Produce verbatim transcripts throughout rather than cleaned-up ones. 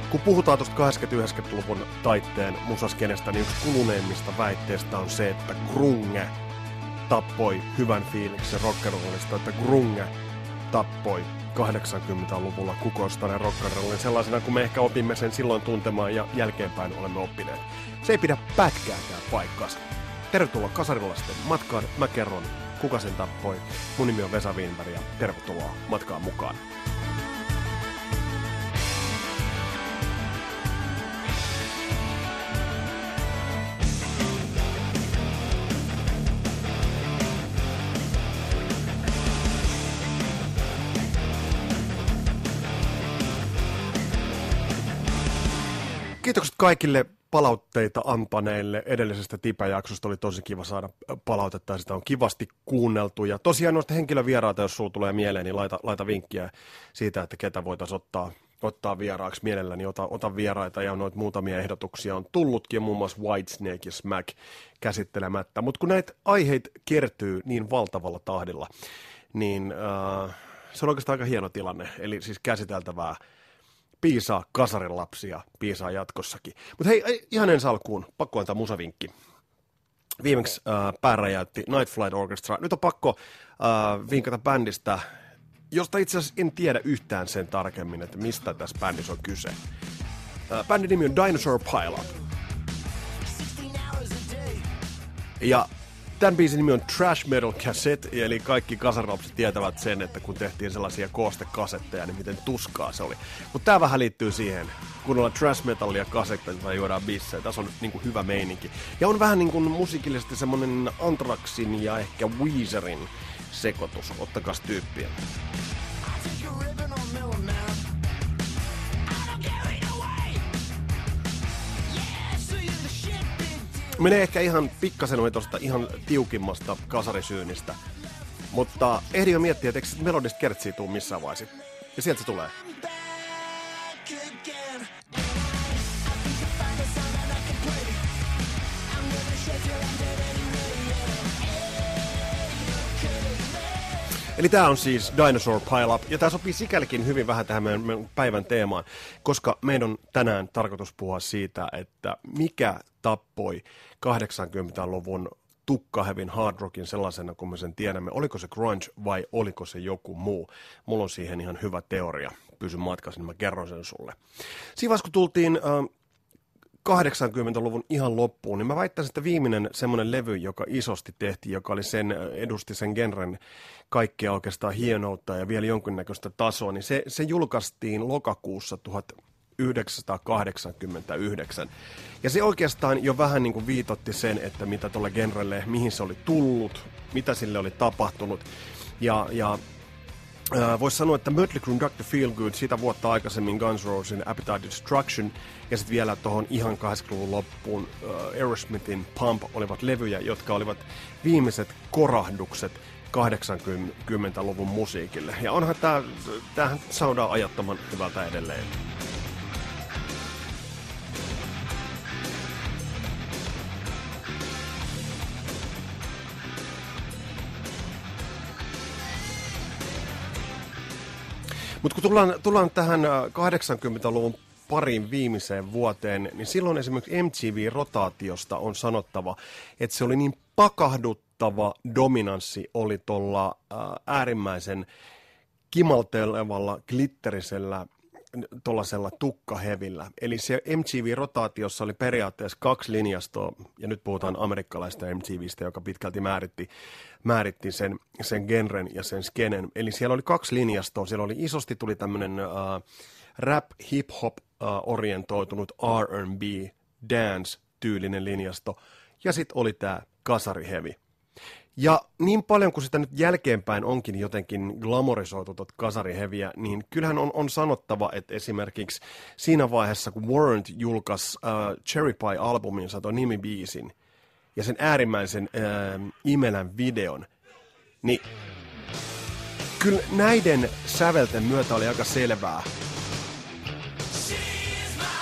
Kun puhutaan tuosta kahdeksankymmentä-yhdeksänkymmentäluvun taitteen musaskenestä, niin yksi kuluneimmista väitteistä on se, että grunge tappoi hyvän fiiliksen rock'n'rollista, että grunge tappoi kahdeksankymmentäluvulla kukoistaneen rock'n'rollin sellaisena, kun me ehkä opimme sen silloin tuntemaan ja jälkeenpäin olemme oppineet. Se ei pidä pätkääkään paikkaansa. Tervetuloa Kasarilaisten matkaan. Mä kerron, kuka sen tappoi. Mun nimi on Vesa Wienberg ja tervetuloa matkaan mukaan. Kiitokset kaikille palautteita antaneille edellisestä Tipä-jaksosta. Oli tosi kiva saada palautetta ja sitä on kivasti kuunneltu. Ja tosiaan noista henkilövieraita, jos sulla tulee mieleen, niin laita, laita vinkkiä siitä, että ketä voitaisiin ottaa, ottaa vieraaksi mielelläni. Ota, ota vieraita ja noita muutamia ehdotuksia on tullutkin, muun muassa Whitesnake ja Smack käsittelemättä. Mutta kun näitä aiheita kertyy niin valtavalla tahdilla, niin äh, se on oikeastaan aika hieno tilanne. Eli siis käsiteltävää. Piisaa kasarilapsia, piisaa jatkossakin. Mutta hei, ihan ensi alkuun, pakko antaa musavinkki. Viimeksi äh, pääräjäytti Night Flight Orchestra. Nyt on pakko äh, vinkata bändistä, josta itse asiassa en tiedä yhtään sen tarkemmin, että mistä tässä bändissä on kyse. Äh, bändin nimi on Dinosaur Pile-Up. Ja tämän biisin nimi on Trash Metal Cassette, eli kaikki kasarilapset tietävät sen, että kun tehtiin sellaisia koostekasetteja, niin miten tuskaa se oli. Mutta tämä vähän liittyy siihen, kun ollaan trash metallia kasetteja tai juodaan bissejä. Tässä on niinku hyvä meininki. Ja on vähän niin kuin musiikillisesti semmonen Anthraxin ja ehkä Weezerin sekoitus. Ottakas tyyppiä. Menee ehkä ihan pikkasen ohi tuosta ihan tiukimmasta kasarisyynistä, mutta ehdin jo miettiä, että eikö melodista kertsiä tuu missään vaiheessa. Ja sieltä se tulee. Eli tää on siis Dinosaur Pile-Up, ja tää sopii sikälikin hyvin vähän tähän meidän, meidän päivän teemaan, koska meidän on tänään tarkoitus puhua siitä, että mikä tappoi kahdeksankymmentäluvun tukkahevin hard rockin sellaisena, kun me sen tiedämme. Oliko se grunge vai oliko se joku muu? Mulla on siihen ihan hyvä teoria. Pysy matkassa, niin mä kerron sen sulle. Siinä vaiheessa, kun tultiin äh, kahdeksankymmentäluvun ihan loppuun, niin mä väittäisin, että viimeinen semmoinen levy, joka isosti tehtiin, joka oli sen, edusti sen genren kaikkea oikeastaan hienoutta ja vielä jonkinnäköistä tasoa, niin se, se julkaistiin lokakuussa tuhatyhdeksänsataakahdeksankymmentäyhdeksän. Ja se oikeastaan jo vähän niin kuin viitotti sen, että mitä tuolle genrelle, mihin se oli tullut, mitä sille oli tapahtunut. Ja, ja äh, voisi sanoa, että Mötley Crüe doctor Feelgood, sitä vuotta aikaisemmin Guns N' Rosesin Appetite Destruction, ja sitten vielä tuohon ihan kahdeksankymmentäluvun loppuun äh, Aerosmithin Pump olivat levyjä, jotka olivat viimeiset korahdukset kahdeksankymmentäluvun musiikille. Ja onhan tää, tämähän soundaa ajattoman hyvältä edelleen. Mutta kun tullaan, tullaan tähän kahdeksankymmentäluvun parin viimeiseen vuoteen, niin silloin esimerkiksi M T V-rotaatiosta on sanottava, että se oli niin pakahduttava dominanssi oli tuolla äärimmäisen kimaltelevalla, glitterisellä, tuollaisella tukkahevillä. Eli se M T V-rotaatiossa oli periaatteessa kaksi linjastoa, ja nyt puhutaan amerikkalaista M T V:stä, joka pitkälti määritti, määritti sen, sen genren ja sen skenen. Eli siellä oli kaksi linjastoa. Siellä oli isosti tuli tämmöinen uh, rap, hip-hop uh, orientoitunut R and B, dance-tyylinen linjasto, ja sitten oli tämä kasarihevi. Ja niin paljon kuin sitä nyt jälkeenpäin onkin jotenkin glamorisoitu tuota kasariheviä, niin kyllähän on, on sanottava, että esimerkiksi siinä vaiheessa, kun Warrant julkaisi uh, Cherry Pie-albuminsa, tuon nimibiisin, ja sen äärimmäisen uh, imelän videon, niin kyllä näiden sävelten myötä oli aika selvää,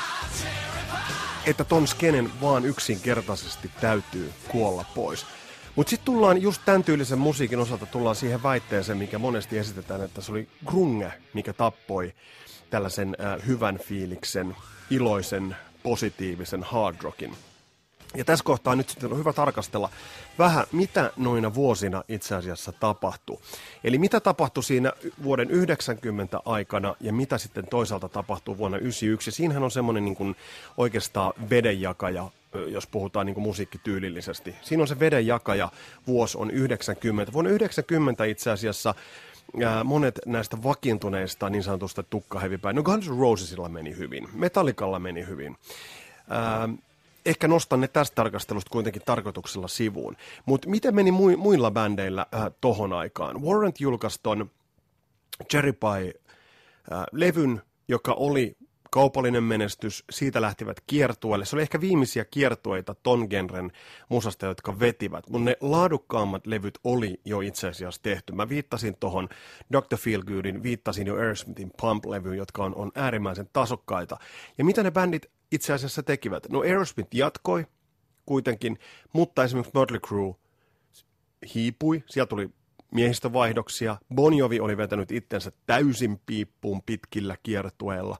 että ton skenen vaan yksinkertaisesti täytyy kuolla pois. Mutta sitten tullaan just tämän tyylisen musiikin osalta tullaan siihen väitteeseen, mikä monesti esitetään, että se oli grunge, mikä tappoi tällaisen äh, hyvän fiiliksen, iloisen, positiivisen hard rockin. Ja tässä kohtaa nyt sitten on hyvä tarkastella vähän, mitä noina vuosina itse asiassa tapahtui. Eli mitä tapahtui siinä vuoden yhdeksänkymmentä aikana ja mitä sitten toisaalta tapahtui vuonna yhdeksänkymmentäyksi. Siinähän on semmoinen niin kuin oikeastaan vedenjakaja, jos puhutaan niin kuin musiikkityylillisesti. Siinä on se vedenjakaja, vuosi on yhdeksänkymmentä. Vuonna yhdeksänkymmentä itse asiassa ää, monet näistä vakiintuneista niin sanotusta tukkahevipäin. No Guns N' Rosesilla meni hyvin, Metallicalla meni hyvin. Ää, Ehkä nostan ne tästä tarkastelusta kuitenkin tarkoituksella sivuun. Mutta miten meni mu- muilla bändeillä äh, tohon aikaan? Warrant julkaisi ton Cherry Pie-levyn, äh, joka oli kaupallinen menestys. Siitä lähtivät kiertueelle. Se oli ehkä viimeisiä kiertueita ton genren musasta, jotka vetivät. Mutta ne laadukkaammat levyt oli jo itse asiassa tehty. Mä viittasin tohon doctor Feelgoodin, viittasin jo Aerosmithin Pump-levyyn, jotka on, on äärimmäisen tasokkaita. Ja mitä ne bändit itse asiassa tekivät? No Aerosmith jatkoi kuitenkin, mutta esimerkiksi Mötley Crüe hiipui, sieltä tuli miehistövaihdoksia, Bon Jovi oli vetänyt itsensä täysin piippuun pitkillä kiertueilla.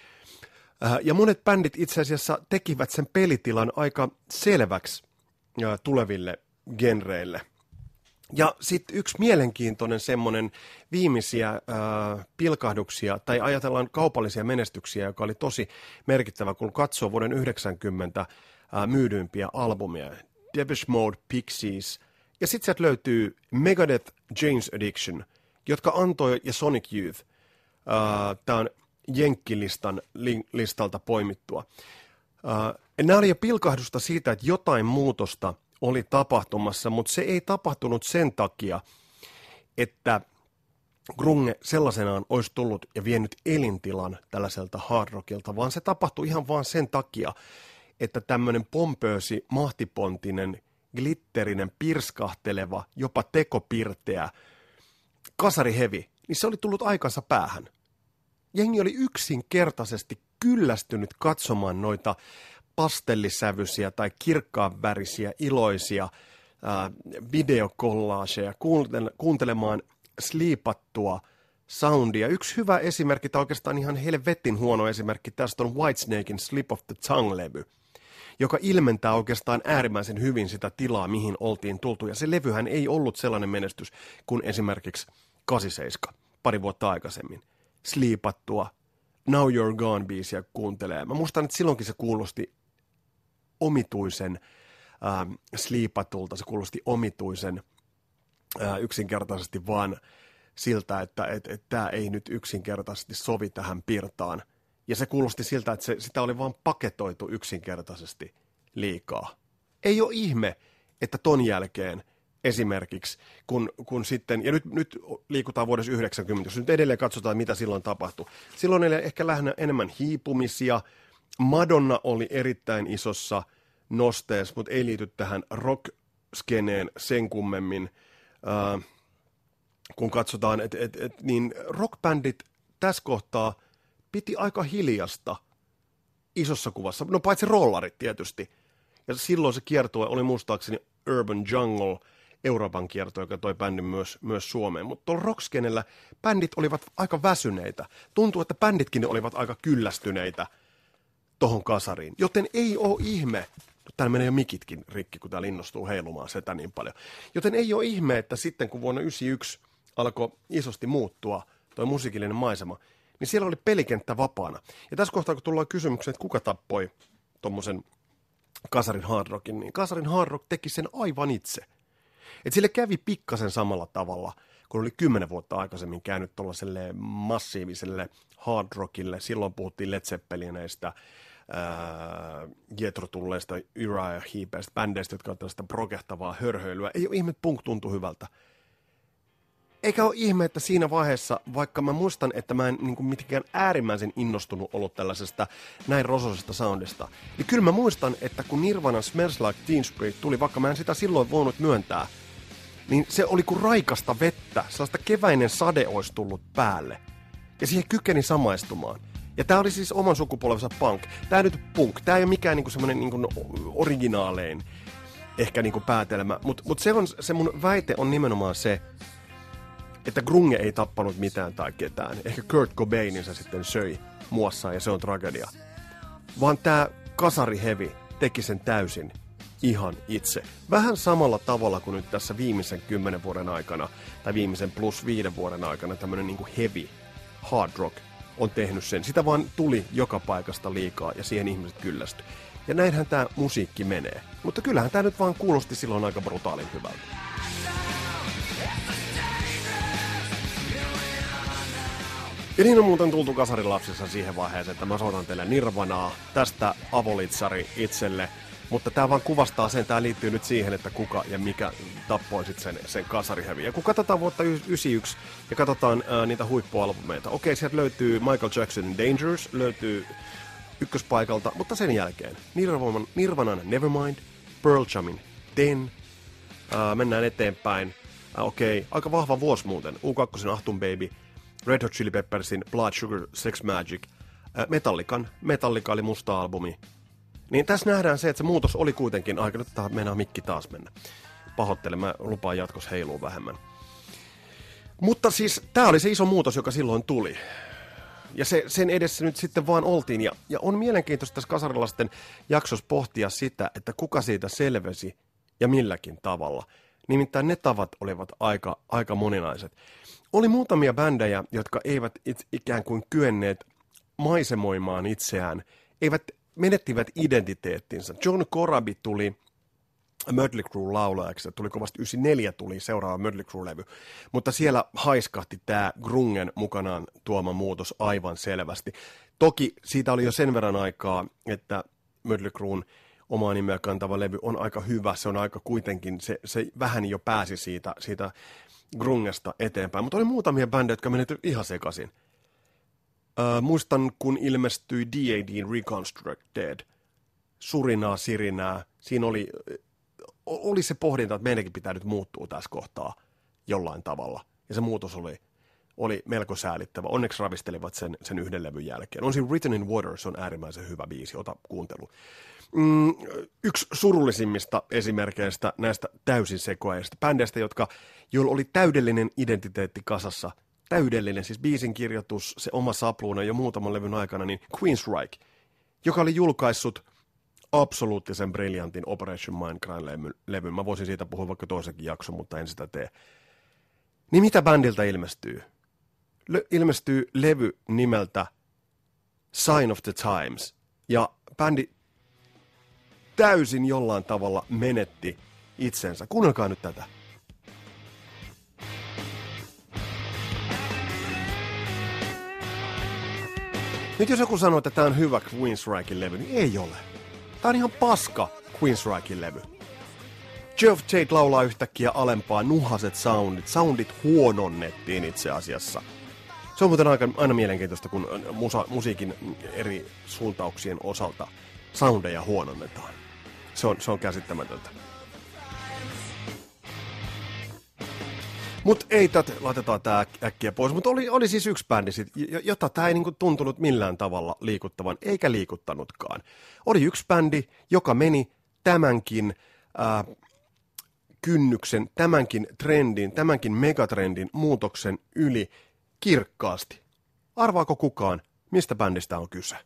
Ja monet bändit itse asiassa tekivät sen pelitilan aika selväksi tuleville genreille. Ja sitten yksi mielenkiintoinen semmoinen viimeisiä äh, pilkahduksia, tai ajatellaan kaupallisia menestyksiä, joka oli tosi merkittävä, kun katsoo vuoden yhdeksänkymmentä äh, myydympiä albumia. Depeche Mode, Pixies, ja sitten sieltä löytyy Megadeth, Jane's Addiction, jotka antoi, ja Sonic Youth. Äh, Tämä on Jenkkilistan li, listalta poimittua. Äh, nämä oli jo pilkahdusta siitä, että jotain muutosta oli tapahtumassa, mutta se ei tapahtunut sen takia, että grunge sellaisenaan olisi tullut ja vienyt elintilan tällaiselta hard rockilta, vaan se tapahtui ihan vaan sen takia, että tämmöinen pompöösi, mahtipontinen, glitterinen, pirskahteleva, jopa tekopirteä kasarihevi, niin se oli tullut aikansa päähän. Jengi oli yksinkertaisesti kyllästynyt katsomaan noita pastellisävyisiä tai kirkkaanvärisiä, iloisia ää, videokollaaseja, kuuntele- kuuntelemaan sliipattua soundia. Yksi hyvä esimerkki, tai oikeastaan ihan helvetin huono esimerkki, tästä on Whitesnaken Slip of the Tongue-levy, joka ilmentää oikeastaan äärimmäisen hyvin sitä tilaa, mihin oltiin tultu. Ja se levyhän ei ollut sellainen menestys kuin esimerkiksi kahdeksankymmentäseitsemän, pari vuotta aikaisemmin. Sliipattua Now You're Gone-biisiä kuuntelee. Mä muistan, että silloinkin se kuulosti omituisen äh, sliipatulta, se kuulosti omituisen äh, yksinkertaisesti vaan siltä, että et, et tämä ei nyt yksinkertaisesti sovi tähän pirtaan. Ja se kuulosti siltä, että se, sitä oli vaan paketoitu yksinkertaisesti liikaa. Ei ole ihme, että ton jälkeen esimerkiksi, kun, kun sitten, ja nyt, nyt liikutaan vuodessa yhdeksänkymmentä, jos nyt edelleen katsotaan, mitä silloin tapahtui. Silloin oli ehkä lähinnä enemmän hiipumisia. Madonna oli erittäin isossa nosteessa, mutta ei liity tähän rock-skeneen sen kummemmin. Äh, kun katsotaan, että et, et, niin rockbändit tässä kohtaa piti aika hiljasta isossa kuvassa. No paitsi rollarit tietysti. Ja silloin se kiertue oli muistaakseni Urban Jungle, Euroopan kierto, joka toi bändin myös, myös Suomeen. Mutta tuolla rockskenellä bändit olivat aika väsyneitä. Tuntuu, että bänditkin olivat aika kyllästyneitä tohon kasariin. Joten ei ole ihme, täällä menee jo mikitkin rikki, kun täällä innostuu heilumaan sitä niin paljon. Joten ei ole ihme, että sitten kun vuonna yhdeksänkymmentäyksi alkoi isosti muuttua toi musiikillinen maisema, niin siellä oli pelikenttä vapaana. Ja tässä kohtaa, kun tullaan kysymykseen, että kuka tappoi tommosen kasarin hard rockin, niin kasarin hard rock teki sen aivan itse. Et sille kävi pikkasen samalla tavalla, kun oli kymmenen vuotta aikaisemmin käynyt tuollaiselle massiiviselle hard rockille. Silloin puhuttiin Led Zeppelineistä, Jethro Tulleista, Uriah Heepistä, bändeistä, jotka on tällaista prokehtavaa hörhöilyä. Ei ole ihme, että punk tuntui hyvältä. Eikä ole ihme, että siinä vaiheessa, vaikka mä muistan, että mä en niin kuin mitenkään äärimmäisen innostunut ollut tällaisesta näin rososesta soundista, niin kyllä mä muistan, että kun Nirvana Smells Like Teen Spirit tuli, vaikka mä en sitä silloin voinut myöntää, niin se oli kuin raikasta vettä, sellaista keväinen sade olisi tullut päälle. Ja siihen kykeni samaistumaan. Ja tää oli siis oman sukupolvensa punk. Tää nyt punk, tää ei ole mikään niinku semmonen niinku originaalein. ehkä niinku päätelmä. Mutta mut se, on, se mun väite on nimenomaan se, että grunge ei tappanut mitään tai ketään. Ehkä Kurt Cobainin se sitten söi muassaan ja se on tragedia. Vaan tää kasari heavy teki sen täysin ihan itse. Vähän samalla tavalla kuin nyt tässä viimeisen kymmenen vuoden aikana, tai viimeisen plus viiden vuoden aikana tämmönen niinku heavy hard rock on tehnyt sen. Sitä vaan tuli joka paikasta liikaa ja siihen ihmiset kyllästyi. Ja näinhän tää musiikki menee. Mutta kyllähän tää nyt vaan kuulosti silloin aika brutaalin hyvältä. Ja niin on muuten tultu kasarilapsissa siihen vaiheeseen, että mä soitan teille Nirvanaa, tästä avolitsari itselle. Mutta tää vaan kuvastaa sen, tää liittyy nyt siihen, että kuka ja mikä tappoi sit sen, sen kasariheviä. Ja kun katsotaan vuotta yhdeksänkymmentäyksi ja katsotaan ää, niitä huippualbumeita. Okei, sieltä löytyy Michael Jacksonin Dangerous, löytyy ykköspaikalta, mutta sen jälkeen Nirvanan, Nirvanan Nevermind, Pearl Jamin Ten, ää, mennään eteenpäin. Ää, okei, aika vahva vuosi muuten. U kaksi Achtung Baby, Red Hot Chili Peppersin Blood Sugar Sex Magic, ää, Metallican, Metallica oli musta albumi. Niin tässä nähdään se, että se muutos oli kuitenkin aika... Nyt meinaa mikki taas mennä. Pahoittelen, mä lupaan jatkossa heiluu vähemmän. Mutta siis tää oli se iso muutos, joka silloin tuli. Ja se, sen edessä nyt sitten vaan oltiin. Ja, ja on mielenkiintoista tässä kasarilaisten jaksossa pohtia sitä, että kuka siitä selvisi ja milläkin tavalla. Nimittäin ne tavat olivat aika, aika moninaiset. Oli muutamia bändejä, jotka eivät it, ikään kuin kyenneet maisemoimaan itseään. Eivät... menettivät identiteettinsä. John Corabi tuli Mötley Crüe laulajaksi, tuli kovasti yhdeksänkymmentäneljä tuli seuraava Mötley Crüe-levy, mutta siellä haiskahti tämä grungen mukanaan tuoma muutos aivan selvästi. Toki siitä oli jo sen verran aikaa, että Mötley Crüen omaa nimeä kantava levy on aika hyvä, se on aika kuitenkin, se, se vähän jo pääsi siitä, siitä grungesta eteenpäin, mutta oli muutamia bändejä, jotka menivät ihan sekaisin. Uh, muistan, kun ilmestyi D A D:n Reconstructed, surinaa, sirinää, siinä oli, oli se pohdinta, että meidänkin pitää nyt muuttua tässä kohtaa jollain tavalla. Ja se muutos oli, oli melko säälittävä. Onneksi ravistelivat sen, sen yhden levyn jälkeen. On siinä Written in Water, se on äärimmäisen hyvä biisi, ota kuuntelu. Mm, yksi surullisimmista esimerkkeistä näistä täysin sekoajista, bändeistä, jotka, joilla oli täydellinen identiteetti kasassa, täydellinen, siis biisin kirjoitus, se oma sapluuna jo muutaman levyn aikana, niin Queensryche, joka oli julkaissut absoluuttisen briljantin Operation Mindcrime-levyn. Mä voisin siitä puhua vaikka toisenkin jakson, mutta en sitä tee. Niin mitä bändiltä ilmestyy? Le- ilmestyy levy nimeltä Sign of the Times. Ja bändi täysin jollain tavalla menetti itsensä. Kuunnelkaa nyt tätä. Nyt jos joku sanoo, että tämä on hyvä Queensrychen levy, niin ei ole. Tämä on ihan paska Queensrychen levy. Geoff Tate laulaa yhtäkkiä alempaa, nuhaset soundit. Soundit huononnettiin itse asiassa. Se on muuten aika, aina mielenkiintoista, kun musa, musiikin eri suuntauksien osalta soundeja huononnetaan. Se on, se on käsittämätöntä. Mutta ei, tätä, laitetaan tää äkkiä pois. Mutta oli, oli siis yksi bändi, sit, jota tämä ei niinku tuntunut millään tavalla liikuttavan, eikä liikuttanutkaan. Oli yksi bändi, joka meni tämänkin ää, kynnyksen, tämänkin trendin, tämänkin megatrendin muutoksen yli kirkkaasti. Arvaako kukaan, mistä bändistä on kyse?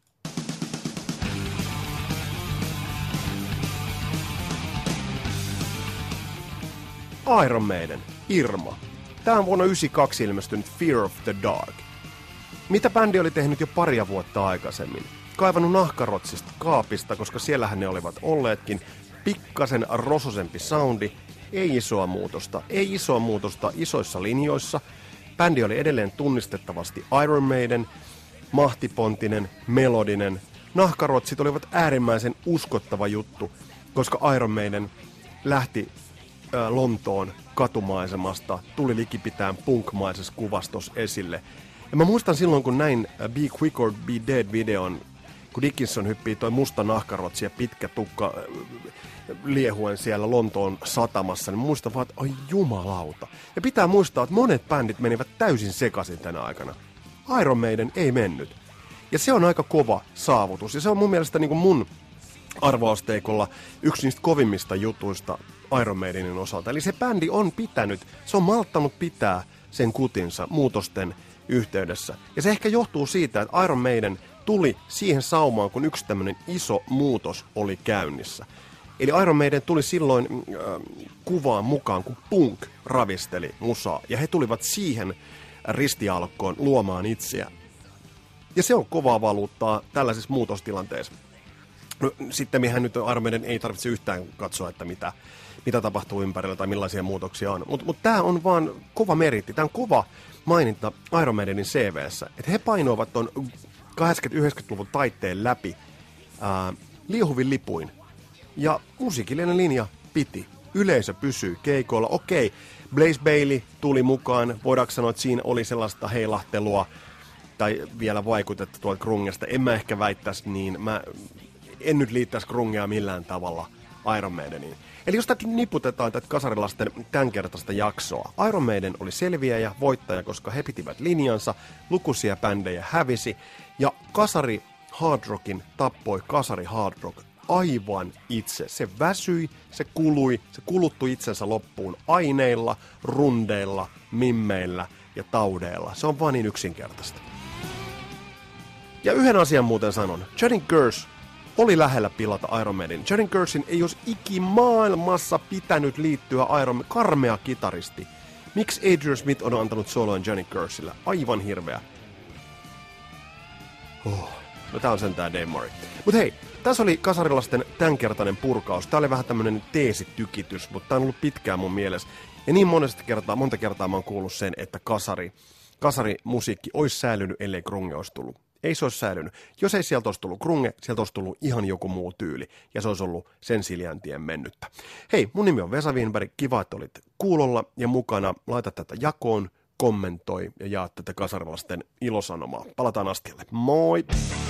Iron Maiden, Irma. Tämä on vuonna yhdeksänkymmentäkaksi ilmestynyt Fear of the Dark. Mitä bändi oli tehnyt jo paria vuotta aikaisemmin? Kaivannut nahkarotsista kaapista, koska siellähän ne olivat olleetkin. Pikkasen rososempi soundi, ei isoa muutosta, ei isoa muutosta isoissa linjoissa. Bändi oli edelleen tunnistettavasti Iron Maiden, mahtipontinen, melodinen. Nahkarotsit olivat äärimmäisen uskottava juttu, koska Iron Maiden lähti ä, Lontoon katumaisemasta, tuli likipitään punkmaisessa kuvastossa esille. Ja mä muistan silloin, kun näin Be Quick or Be Dead-videon, kun Dickinson hyppii toi musta nahkarotsi ja pitkä tukka liehuen siellä Lontoon satamassa, niin muistan vaan, että oi jumalauta. Ja pitää muistaa, että monet bändit menivät täysin sekaisin tänä aikana. Iron Maiden ei mennyt. Ja se on aika kova saavutus. Ja se on mun mielestä niin kuin mun arvoasteikolla yksi niistä kovimmista jutuista Iron Maidenin osalta. Eli se bändi on pitänyt, se on malttanut pitää sen kutinsa muutosten yhteydessä. Ja se ehkä johtuu siitä, että Iron Maiden tuli siihen saumaan, kun yksi tämmöinen iso muutos oli käynnissä. Eli Iron Maiden tuli silloin äh, kuvaan mukaan, kun punk ravisteli musaa. Ja he tulivat siihen ristialkkoon luomaan itseä. Ja se on kovaa valuuttaa tällaisissa muutostilanteissa. No, sitten mehän nyt Iron Maiden ei tarvitse yhtään katsoa, että mitä, mitä tapahtuu ympärillä tai millaisia muutoksia on. Mutta mut tämä on vaan kova meritti. Tämä on kova maininta Iron Maidenin C V:ssä. Että he painoivat ton kahdeksankymmentä-yhdeksänkymmentäluvun taitteen läpi ää, liehuvin lipuin. Ja musiikillinen linja piti. Yleisö pysyy keikoilla. Okei, Blaze Bayley tuli mukaan. Voidaanko sanoa, että siinä oli sellaista heilahtelua tai vielä vaikutetta tuolta grungesta. En mä ehkä väittäisi niin. Mä en nyt liittäisi grungea millään tavalla Iron Maideniin. Eli jos tätä niputetaan tätä kasarilasten tämänkertaista jaksoa. Iron Maiden oli selviäjä, voittaja, koska he pitivät linjansa, lukuisia bändejä hävisi, ja kasari hard rockin tappoi kasari hard rock aivan itse. Se väsyi, se kului, se kuluttui itsensä loppuun aineilla, rundeilla, mimmeillä ja taudeilla. Se on vaan niin yksinkertaista. Ja yhden asian muuten sanon. Judin Gersh oli lähellä pilata Iron Maiden. Judin Gershin ei olisi ikimaailmassa pitänyt liittyä Iron Maiden. Karmea kitaristi. Miksi Adrian Smith on antanut soloin Judin Gershille? Aivan hirveä. Oh. No tää on sentään Dave Murray. Mut hei, tässä oli kasarilasten tämänkertainen purkaus. Tää oli vähän tämmönen teesitykitys, mutta tää on ollut pitkään mun mielessä. Ja niin monesta kertaa, monta kertaa mä oon kuullut sen, että kasari, kasarimusiikki olisi säilynyt, ellei grunge olisi tullut. Ei se olisi säilynyt. Jos ei sieltä olisi tullut grunge, sieltä olisi tullut ihan joku muu tyyli. Ja se olisi ollut sen Siljantien mennyttä. Hei, mun nimi on Vesa Wienberg. Kiva, että olit kuulolla ja mukana. Laita tätä jakoon, kommentoi ja jaa tätä kasarilaisten ilosanomaa. Palataan astialle. Moi!